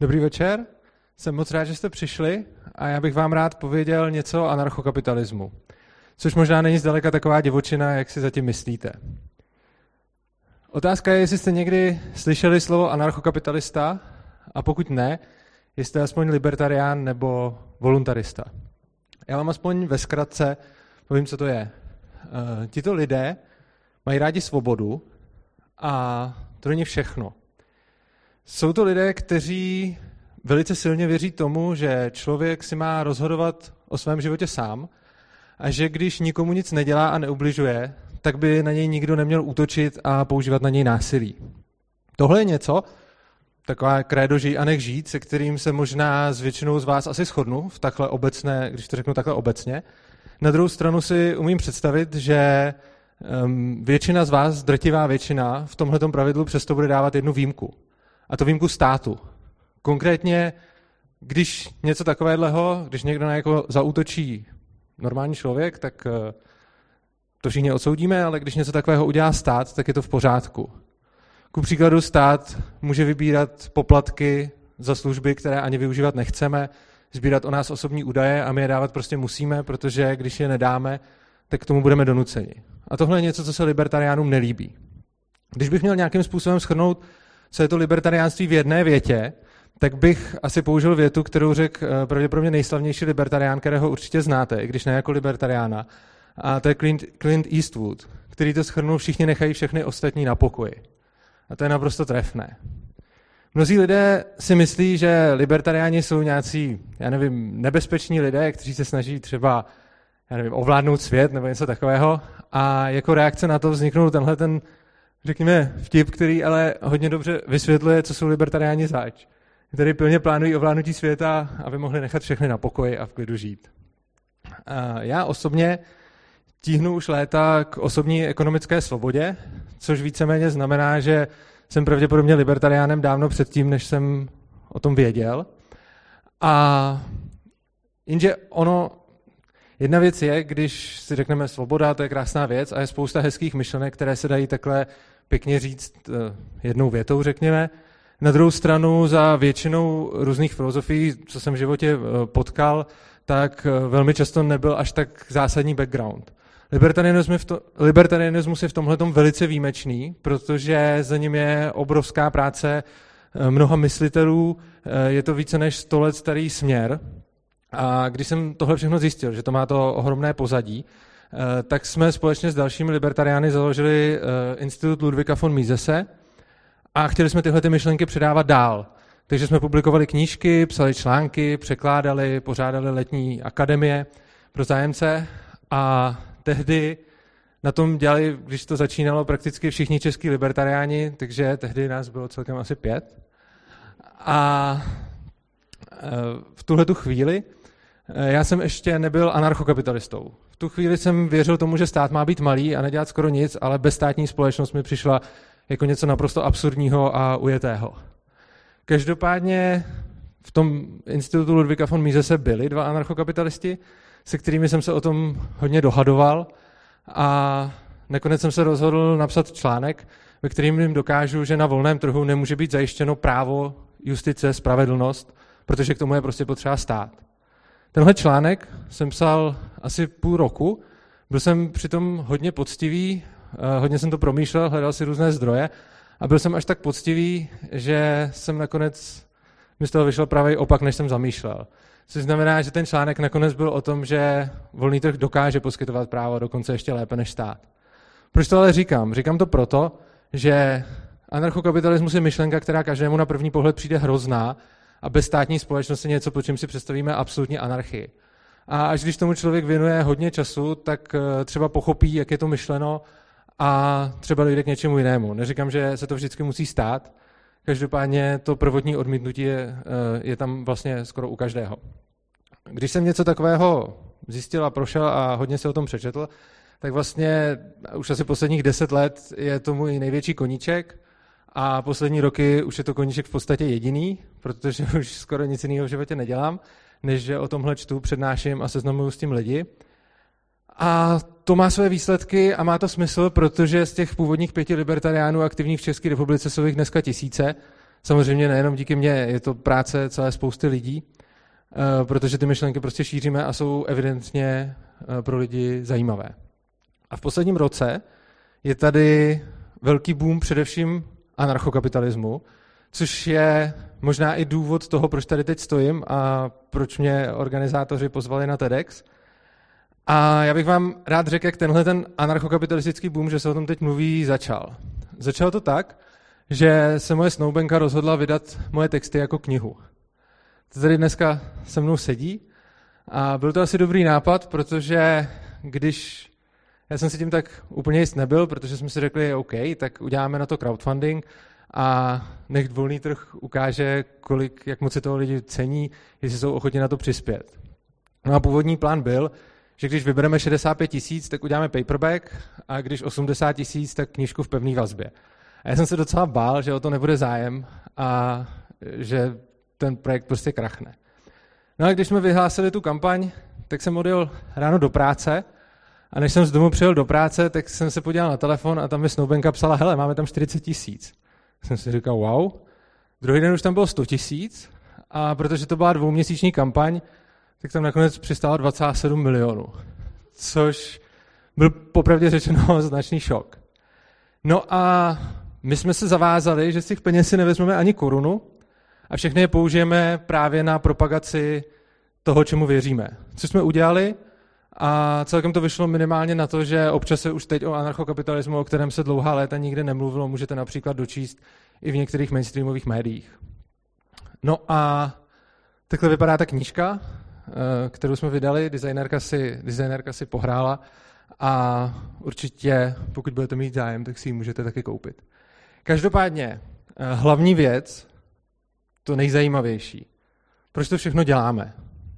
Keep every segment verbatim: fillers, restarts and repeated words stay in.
Dobrý večer, jsem moc rád, že jste přišli a já bych vám rád pověděl něco o anarchokapitalismu, což možná není zdaleka taková divočina, jak si zatím myslíte. Otázka je, jestli jste někdy slyšeli slovo anarchokapitalista a pokud ne, jste aspoň libertarián nebo voluntarista. Já vám aspoň ve zkratce povím, co to je. E, tito lidé mají rádi svobodu a to není všechno. Jsou to lidé, kteří velice silně věří tomu, že člověk si má rozhodovat o svém životě sám a že když nikomu nic nedělá a neubližuje, tak by na něj nikdo neměl útočit a používat na něj násilí. Tohle je něco, taková krédo žij a nech žít, se kterým se možná s většinou z vás asi shodnu, v takhle obecné, když to řeknu takhle obecně. Na druhou stranu si umím představit, že um, většina z vás, drtivá většina, v tomhletom pravidlu přesto bude dávat jednu výjimku. A to výjimku státu. Konkrétně, když něco takového, když někdo na jako zaútočí normální člověk, tak to všichni odsoudíme, ale když něco takového udělá stát, tak je to v pořádku. Ku příkladu stát může vybírat poplatky za služby, které ani využívat nechceme, sbírat o nás osobní údaje a my je dávat prostě musíme, protože když je nedáme, tak k tomu budeme donuceni. A tohle je něco, co se libertariánům nelíbí. Když bych měl nějakým způsobem shrnout, co je to libertariánství v jedné větě, tak bych asi použil větu, kterou řekl pravděpodobně nejslavnější libertarián, kterého určitě znáte, i když ne jako libertariána. A to je Clint, Clint Eastwood, který to shrnul, všichni nechají všechny ostatní na pokoji. A to je naprosto trefné. Mnozí lidé si myslí, že libertariáni jsou nějací, já nevím, nebezpeční lidé, kteří se snaží třeba, já nevím, ovládnout svět nebo něco takového. A jako reakce na to vzniknul tenhle ten, řekněme, vtip, který ale hodně dobře vysvětluje, co jsou libertariáni zač. Který pilně plánují ovládnutí světa, aby mohli nechat všechny na pokoji a v klidu žít. A já osobně tíhnu už léta k osobní ekonomické svobodě, což víceméně znamená, že jsem pravděpodobně libertariánem dávno předtím, než jsem o tom věděl. A jenže ono, jedna věc je, když si řekneme svoboda, to je krásná věc a je spousta hezkých myšlenek, které se dají takhle pěkně říct jednou větou, řekněme. Na druhou stranu za většinou různých filozofií, co jsem v životě potkal, tak velmi často nebyl až tak zásadní background. Libertarianismus, to, libertarianismus je v tomhletom velice výjimečný, protože za ním je obrovská práce mnoha myslitelů, je to více než sto let starý směr. A když jsem tohle všechno zjistil, že to má to ohromné pozadí, tak jsme společně s dalšími libertariány založili Institut Ludwika von Misese a chtěli jsme tyhle ty myšlenky předávat dál. Takže jsme publikovali knížky, psali články, překládali, pořádali letní akademie pro zájemce a tehdy na tom dělali, když to začínalo, prakticky všichni český libertariáni, takže tehdy nás bylo celkem asi pět. A v tuhletu chvíli já jsem ještě nebyl anarchokapitalistou. V tu chvíli jsem věřil tomu, že stát má být malý a nedělat skoro nic, ale bezstátní společnost mi přišla jako něco naprosto absurdního a ujetého. Každopádně v tom institutu Ludwika von Misese byli dva anarchokapitalisti, se kterými jsem se o tom hodně dohadoval a nakonec jsem se rozhodl napsat článek, ve kterým jim dokážu, že na volném trhu nemůže být zajištěno právo, justice, spravedlnost, protože k tomu je prostě potřeba stát. Tenhle článek jsem psal asi půl roku, byl jsem přitom hodně poctivý, hodně jsem to promýšlel, hledal si různé zdroje a byl jsem až tak poctivý, že jsem nakonec, mi z toho vyšel pravý opak, než jsem zamýšlel. Což znamená, že ten článek nakonec byl o tom, že volný trh dokáže poskytovat právo dokonce ještě lépe než stát. Proč to ale říkám? Říkám to proto, že anarchokapitalismus je myšlenka, která každému na první pohled přijde hrozná a bez státní společnosti něco, pod čím si představíme absolutní anarchii. A až když tomu člověk věnuje hodně času, tak třeba pochopí, jak je to myšleno a třeba dojde k něčemu jinému. Neříkám, že se to vždycky musí stát, každopádně to prvotní odmítnutí je, je tam vlastně skoro u každého. Když jsem něco takového zjistil a prošel a hodně se o tom přečetl, tak vlastně už asi posledních deset let je to můj největší koníček a poslední roky už je to koníček v podstatě jediný, protože už skoro nic jiného v životě nedělám, než že o tomhle čtu, přednáším a seznamuju s tím lidi. A to má své výsledky a má to smysl, protože z těch původních pěti libertariánů aktivních v České republice jsou jich dneska tisíce, Samozřejmě nejenom díky mně, je to práce celé spousty lidí, protože ty myšlenky prostě šíříme a jsou evidentně pro lidi zajímavé. A v posledním roce je tady velký boom především anarchokapitalismu, což je možná i důvod toho, proč tady teď stojím a proč mě organizátoři pozvali na TEDx. A já bych vám rád řekl, jak tenhle ten anarchokapitalistický boom, že se o tom teď mluví, začal. Začalo to tak, že se moje snoubenka rozhodla vydat moje texty jako knihu. To tady dneska se mnou sedí a byl to asi dobrý nápad, protože když já jsem si tím tak úplně jist nebyl, protože jsme si řekli, OK, tak uděláme na to crowdfunding a nech volný trh ukáže, kolik, jak moc se toho lidi cení, jestli jsou ochotni na to přispět. No a původní plán byl, že když vybereme šedesát pět tisíc, tak uděláme paperback a když osmdesát tisíc, tak knížku v pevné vazbě. A já jsem se docela bál, že o to nebude zájem a že ten projekt prostě krachne. No a když jsme vyhlásili tu kampaň, tak jsem odjel ráno do práce a než jsem z domu přijel do práce, tak jsem se podíval na telefon a tam mi snoubenka psala, hele, máme tam čtyřicet tisíc. Jsem si říkal, wow. Druhý den už tam bylo sto tisíc a protože to byla dvouměsíční kampaň, tak tam nakonec přistálo dva celá sedm milionů, což byl popravdě řečeno značný šok. No a my jsme se zavázali, že z těch peněz si nevezmeme ani korunu a všechny je použijeme právě na propagaci toho, čemu věříme. Co jsme udělali a celkem to vyšlo minimálně na to, že občas se už teď o anarchokapitalismu, o kterém se dlouhá léta nikde nemluvilo, můžete například dočíst i v některých mainstreamových médiích. No a takhle vypadá ta knížka, kterou jsme vydali, designérka si, designérka si pohrála a určitě, pokud budete mít zájem, tak si ji můžete taky koupit. Každopádně, hlavní věc, to nejzajímavější, proč to všechno děláme?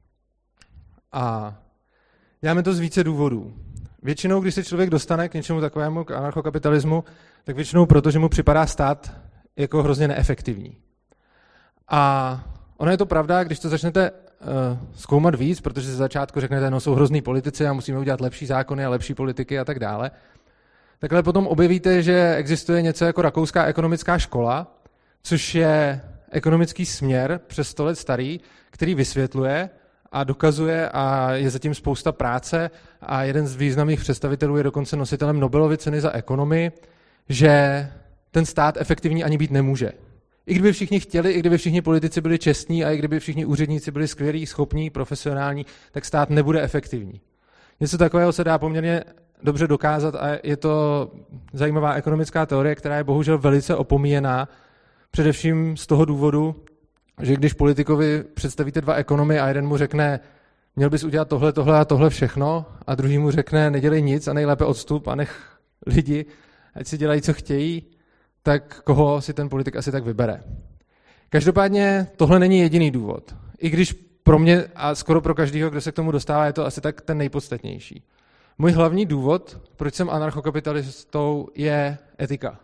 A děláme to z více důvodů. Většinou, když se člověk dostane k něčemu takovému, k anarchokapitalismu, tak většinou proto, že mu připadá stát jako hrozně neefektivní. A ono je to pravda, když to začnete uh, zkoumat víc, protože ze začátku řeknete, no jsou hrozný politici a musíme udělat lepší zákony a lepší politiky a tak dále, takhle potom objevíte, že existuje něco jako rakouská ekonomická škola, což je ekonomický směr přes sto let starý, který vysvětluje a dokazuje a je zatím spousta práce a jeden z významných představitelů je dokonce nositelem Nobelovy ceny za ekonomii, že ten stát efektivní ani být nemůže. I kdyby všichni chtěli, i kdyby všichni politici byli čestní a i kdyby všichni úředníci byli skvělí, schopní, profesionální, tak stát nebude efektivní. Něco takového se dá poměrně dobře dokázat a je to zajímavá ekonomická teorie, která je bohužel velice opomíjená, především z toho důvodu, že když politikovi představíte dva ekonomy a jeden mu řekne, měl bys udělat tohle, tohle a tohle všechno a druhý mu řekne, nedělej nic a nejlépe odstup a nech lidi, ať si dělají, co chtějí, tak koho si ten politik asi tak vybere. Každopádně tohle není jediný důvod. I když pro mě a skoro pro každého, kdo se k tomu dostává, je to asi tak ten nejpodstatnější. Můj hlavní důvod, proč jsem anarchokapitalistou, je etika.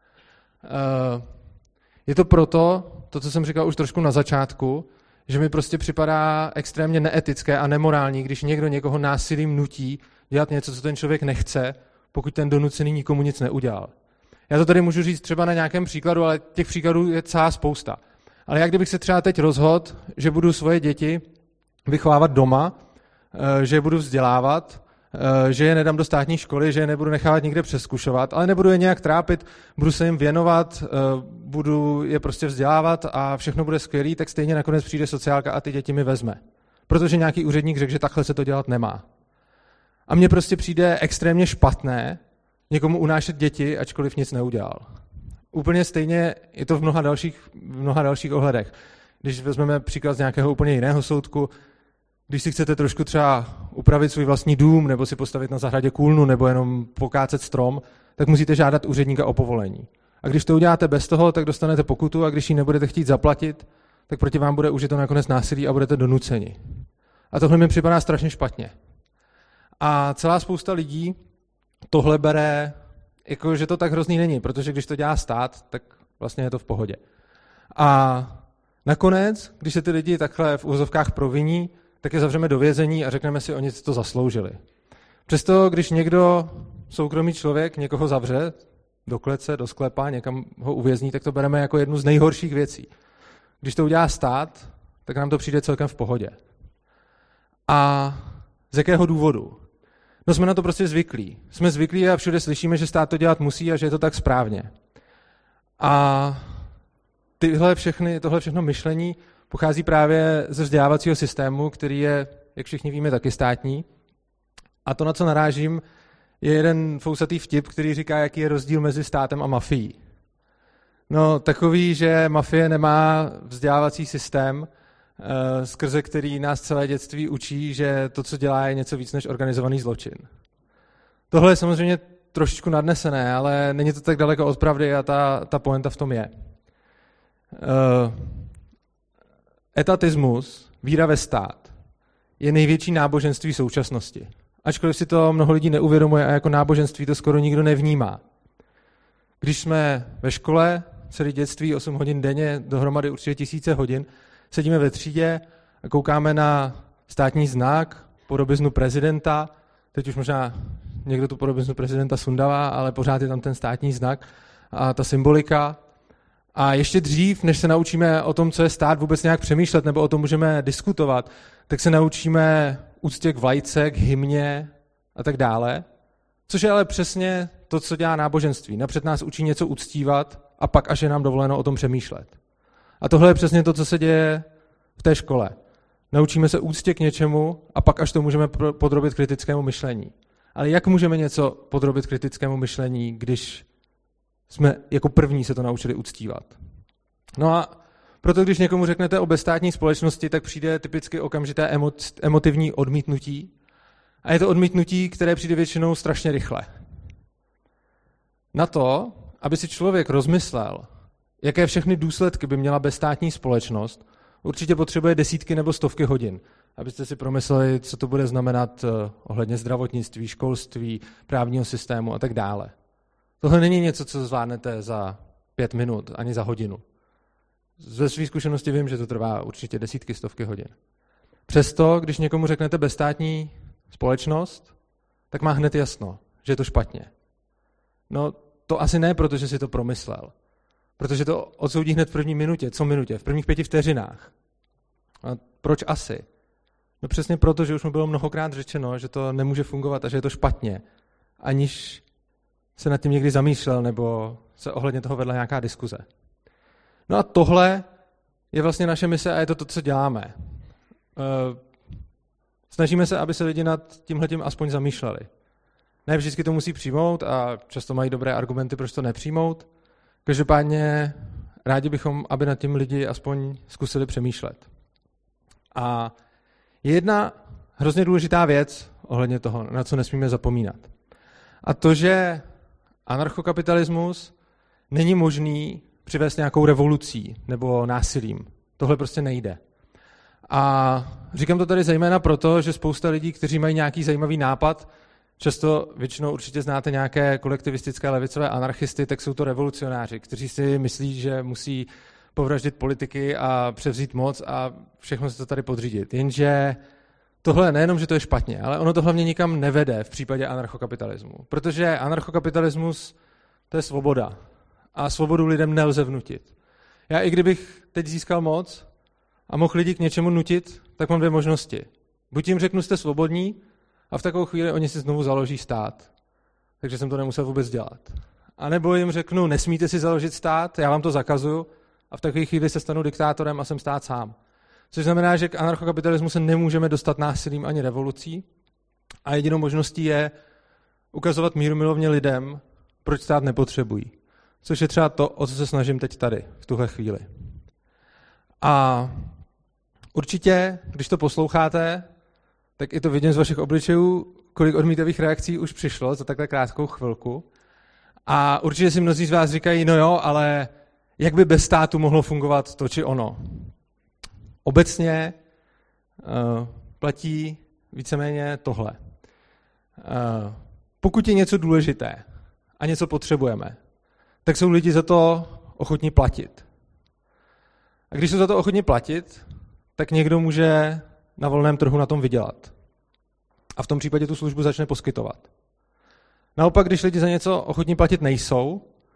Je to proto, to, co jsem říkal už trošku na začátku, že mi prostě připadá extrémně neetické a nemorální, když někdo někoho násilím nutí dělat něco, co ten člověk nechce, pokud ten donucený nikomu nic neudělal. Já to tady můžu říct třeba na nějakém příkladu, ale těch příkladů je celá spousta. Ale jak kdybych se třeba teď rozhodl, že budu svoje děti vychovávat doma, že je budu vzdělávat, že je nedám do státní školy, že je nebudu nechávat nikde přeskušovat, ale nebudu je nějak trápit, budu se jim věnovat, budu je prostě vzdělávat a všechno bude skvělý, tak stejně nakonec přijde sociálka a ty děti mi vezme. Protože nějaký úředník řekl, že takhle se to dělat nemá. A mně prostě přijde extrémně špatné někomu unášet děti, ačkoliv nic neudělal. Úplně stejně je to v mnoha dalších, v mnoha dalších ohledech. Když vezmeme příklad z nějakého úplně jiného soudku, když si chcete trošku třeba upravit svůj vlastní dům, nebo si postavit na zahradě kůlnu, nebo jenom pokácet strom, tak musíte žádat úředníka o povolení. A když to uděláte bez toho, tak dostanete pokutu a když ji nebudete chtít zaplatit, tak proti vám bude užito nakonec násilí a budete donuceni. A tohle mi připadá strašně špatně. A celá spousta lidí tohle bere, jako že to tak hrozný není, protože když to dělá stát, tak vlastně je to v pohodě. A nakonec, když se ty lidi takhle v úvozovkách proviní, tak je zavřeme do vězení a řekneme si, oni to zasloužili. Přesto, když někdo, soukromý člověk, někoho zavře, do klece, do sklepa, někam ho uvězní, tak to bereme jako jednu z nejhorších věcí. Když to udělá stát, tak nám to přijde celkem v pohodě. A z jakého důvodu? No jsme na to prostě zvyklí. Jsme zvyklí a všude slyšíme, že stát to dělat musí a že je to tak správně. A tyhle všechny, tohle všechno myšlení pochází právě ze vzdělávacího systému, který je, jak všichni víme, taky státní. A to, na co narážím, je jeden fousatý vtip, který říká, jaký je rozdíl mezi státem a mafií. No takový, že mafie nemá vzdělávací systém, skrze který nás celé dětství učí, že to, co dělá, je něco víc než organizovaný zločin. Tohle je samozřejmě trošičku nadnesené, ale není to tak daleko od pravdy a ta, ta pointa v tom je. Etatismus, víra ve stát, je největší náboženství současnosti. Ačkoliv si to mnoho lidí neuvědomuje a jako náboženství to skoro nikdo nevnímá. Když jsme ve škole, celé dětství, osm hodin denně, dohromady určitě tisíce hodin, sedíme ve třídě a koukáme na státní znak, podobiznu prezidenta, teď už možná někdo tu podobiznu prezidenta sundává, ale pořád je tam ten státní znak a ta symbolika. A ještě dřív, než se naučíme o tom, co je stát, vůbec nějak přemýšlet nebo o tom můžeme diskutovat, tak se naučíme úctě k vlajce, k hymně a tak dále. Což je ale přesně to, co dělá náboženství. Napřed nás učí něco uctívat a pak až je nám dovoleno o tom přemýšlet. A tohle je přesně to, co se děje v té škole. Naučíme se úctě k něčemu a pak až to můžeme podrobit kritickému myšlení. Ale jak můžeme něco podrobit kritickému myšlení, když jsme jako první se to naučili uctívat? No a proto, když někomu řeknete o bezstátní společnosti, tak přijde typicky okamžité emo- emotivní odmítnutí. A je to odmítnutí, které přijde většinou strašně rychle. Na to, aby si člověk rozmyslel, jaké všechny důsledky by měla bezstátní společnost, určitě potřebuje desítky nebo stovky hodin, abyste si promysleli, co to bude znamenat ohledně zdravotnictví, školství, právního systému a tak dále. Tohle není něco, co zvládnete za pět minut, ani za hodinu. Ze své zkušenosti vím, že to trvá určitě desítky, stovky hodin. Přesto, když někomu řeknete bezstátní společnost, tak má hned jasno, že je to špatně. No to asi ne, protože si to promyslel. Protože to odsoudí hned v první minutě. Co minutě? V prvních pěti vteřinách. A proč asi? No přesně proto, že už mu bylo mnohokrát řečeno, že to nemůže fungovat a že je to špatně, aniž se nad tím někdy zamýšlel nebo se ohledně toho vedla nějaká diskuze. No a tohle je vlastně naše mise a je to to, co děláme. Snažíme se, aby se lidi nad tímhletím aspoň zamýšleli. Ne vždycky to musí přijmout a často mají dobré argumenty, proč to nepřijmout. Každopádně rádi bychom, aby nad tím lidi aspoň zkusili přemýšlet. A je jedna hrozně důležitá věc ohledně toho, na co nesmíme zapomínat. A to, že anarchokapitalismus není možný přivést nějakou revolucí nebo násilím. Tohle prostě nejde. A říkám to tady zejména proto, že spousta lidí, kteří mají nějaký zajímavý nápad, často většinou určitě znáte nějaké kolektivistické levicové anarchisty, tak jsou to revolucionáři, kteří si myslí, že musí povraždit politiky a převzít moc a všechno se to tady podřídit. Jenže tohle nejenom, že to je špatně, ale ono to hlavně nikam nevede v případě anarchokapitalismu. Protože anarchokapitalismus to je svoboda. A svobodu lidem nelze vnutit. Já i kdybych teď získal moc a mohl lidi k něčemu nutit, tak mám dvě možnosti. Buď jim řeknu, jste svobodní, a v takovou chvíli oni si znovu založí stát. Takže jsem to nemusel vůbec dělat. A nebo jim řeknu, nesmíte si založit stát, já vám to zakazuju, a v takové chvíli se stanu diktátorem a jsem stát sám. Což znamená, že k anarchokapitalismu se nemůžeme dostat násilím ani revolucí a jedinou možností je ukazovat mírumilovně lidem, proč stát nepotřebují. Což je třeba to, o co se snažím teď tady, v tuhle chvíli. A určitě, když to posloucháte, tak i to vidím z vašich obličejů, kolik odmítavých reakcí už přišlo za takhle krátkou chvilku. A určitě si mnozí z vás říkají, no jo, ale jak by bez státu mohlo fungovat to či ono? Obecně uh, platí víceméně tohle. Uh, pokud je něco důležité a něco potřebujeme, tak jsou lidi za to ochotní platit. A když jsou za to ochotní platit, tak někdo může na volném trhu na tom vydělat. A v tom případě tu službu začne poskytovat. Naopak, když lidi za něco ochotní platit nejsou,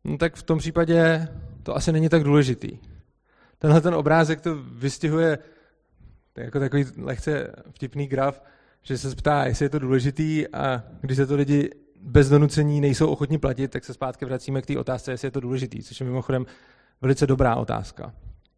no tak v tom případě to asi není tak důležitý. Tenhle ten obrázek to vystihuje jako takový lehce vtipný graf, že se ptá, jestli je to důležitý, a když se to lidi bez donucení nejsou ochotní platit, tak se zpátky vracíme k té otázce, jestli je to důležitý, což je mimochodem velice dobrá otázka.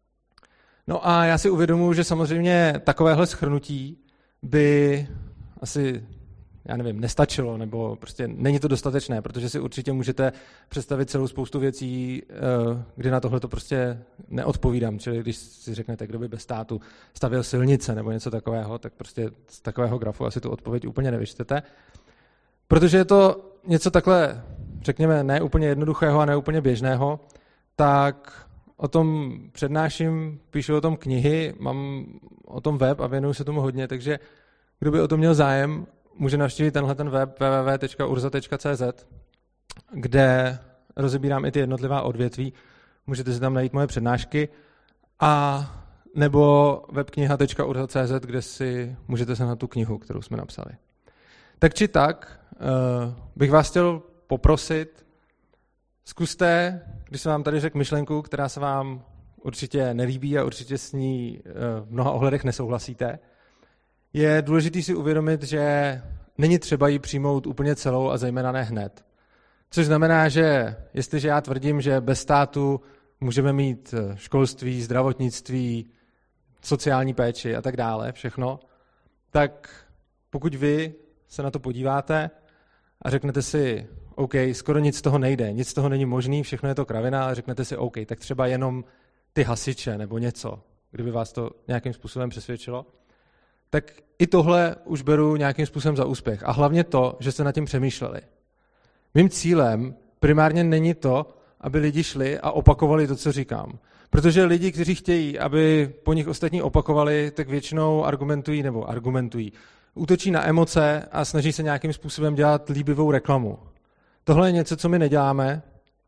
No a já si uvědomuji, že samozřejmě takovéhle shrnutí by asi, já nevím, nestačilo, nebo prostě není to dostatečné, protože si určitě můžete představit celou spoustu věcí, kdy na tohle to prostě neodpovídám. Čili když si řeknete, kdo by bez státu stavěl silnice nebo něco takového, tak prostě z takového grafu asi tu odpověď úplně nevyčtete. Protože je to něco takhle, řekněme, ne úplně jednoduchého a ne úplně běžného, tak o tom přednáším, píšu o tom knihy, mám o tom web a věnuju se tomu hodně, takže kdo by o to měl zájem, může navštívit tenhle ten web w w w tečka urza tečka c z, kde rozebírám i ty jednotlivá odvětví. Můžete si tam najít moje přednášky, a nebo webkniha tečka urza tečka c z, kde si můžete sehnat tu knihu, kterou jsme napsali. Tak či tak bych vás chtěl poprosit, zkuste, když jsem vám tady řekl myšlenku, která se vám určitě nelíbí a určitě s ní v mnoha ohledech nesouhlasíte, je důležité si uvědomit, že není třeba ji přijmout úplně celou a zejména ne hned. Což znamená, že jestliže já tvrdím, že bez státu můžeme mít školství, zdravotnictví, sociální péči a tak dále, všechno, tak pokud vy se na to podíváte a řeknete si, OK, skoro nic z toho nejde, nic z toho není možný, všechno je to kravina, a řeknete si, OK, tak třeba jenom ty hasiče nebo něco, kdyby vás to nějakým způsobem přesvědčilo, tak i tohle už beru nějakým způsobem za úspěch. A hlavně to, že jste nad tím přemýšleli. Mým cílem primárně není to, aby lidi šli a opakovali to, co říkám. Protože lidi, kteří chtějí, aby po nich ostatní opakovali, tak většinou argumentují nebo argumentují. Útočí na emoce a snaží se nějakým způsobem dělat líbivou reklamu. Tohle je něco, co my neděláme.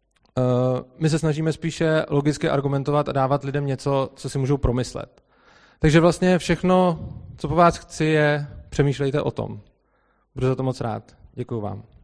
My se snažíme spíše logicky argumentovat a dávat lidem něco, co si můžou promyslet. Takže vlastně všechno, co po vás chci, je přemýšlejte o tom. Budu za to moc rád. Děkuju vám.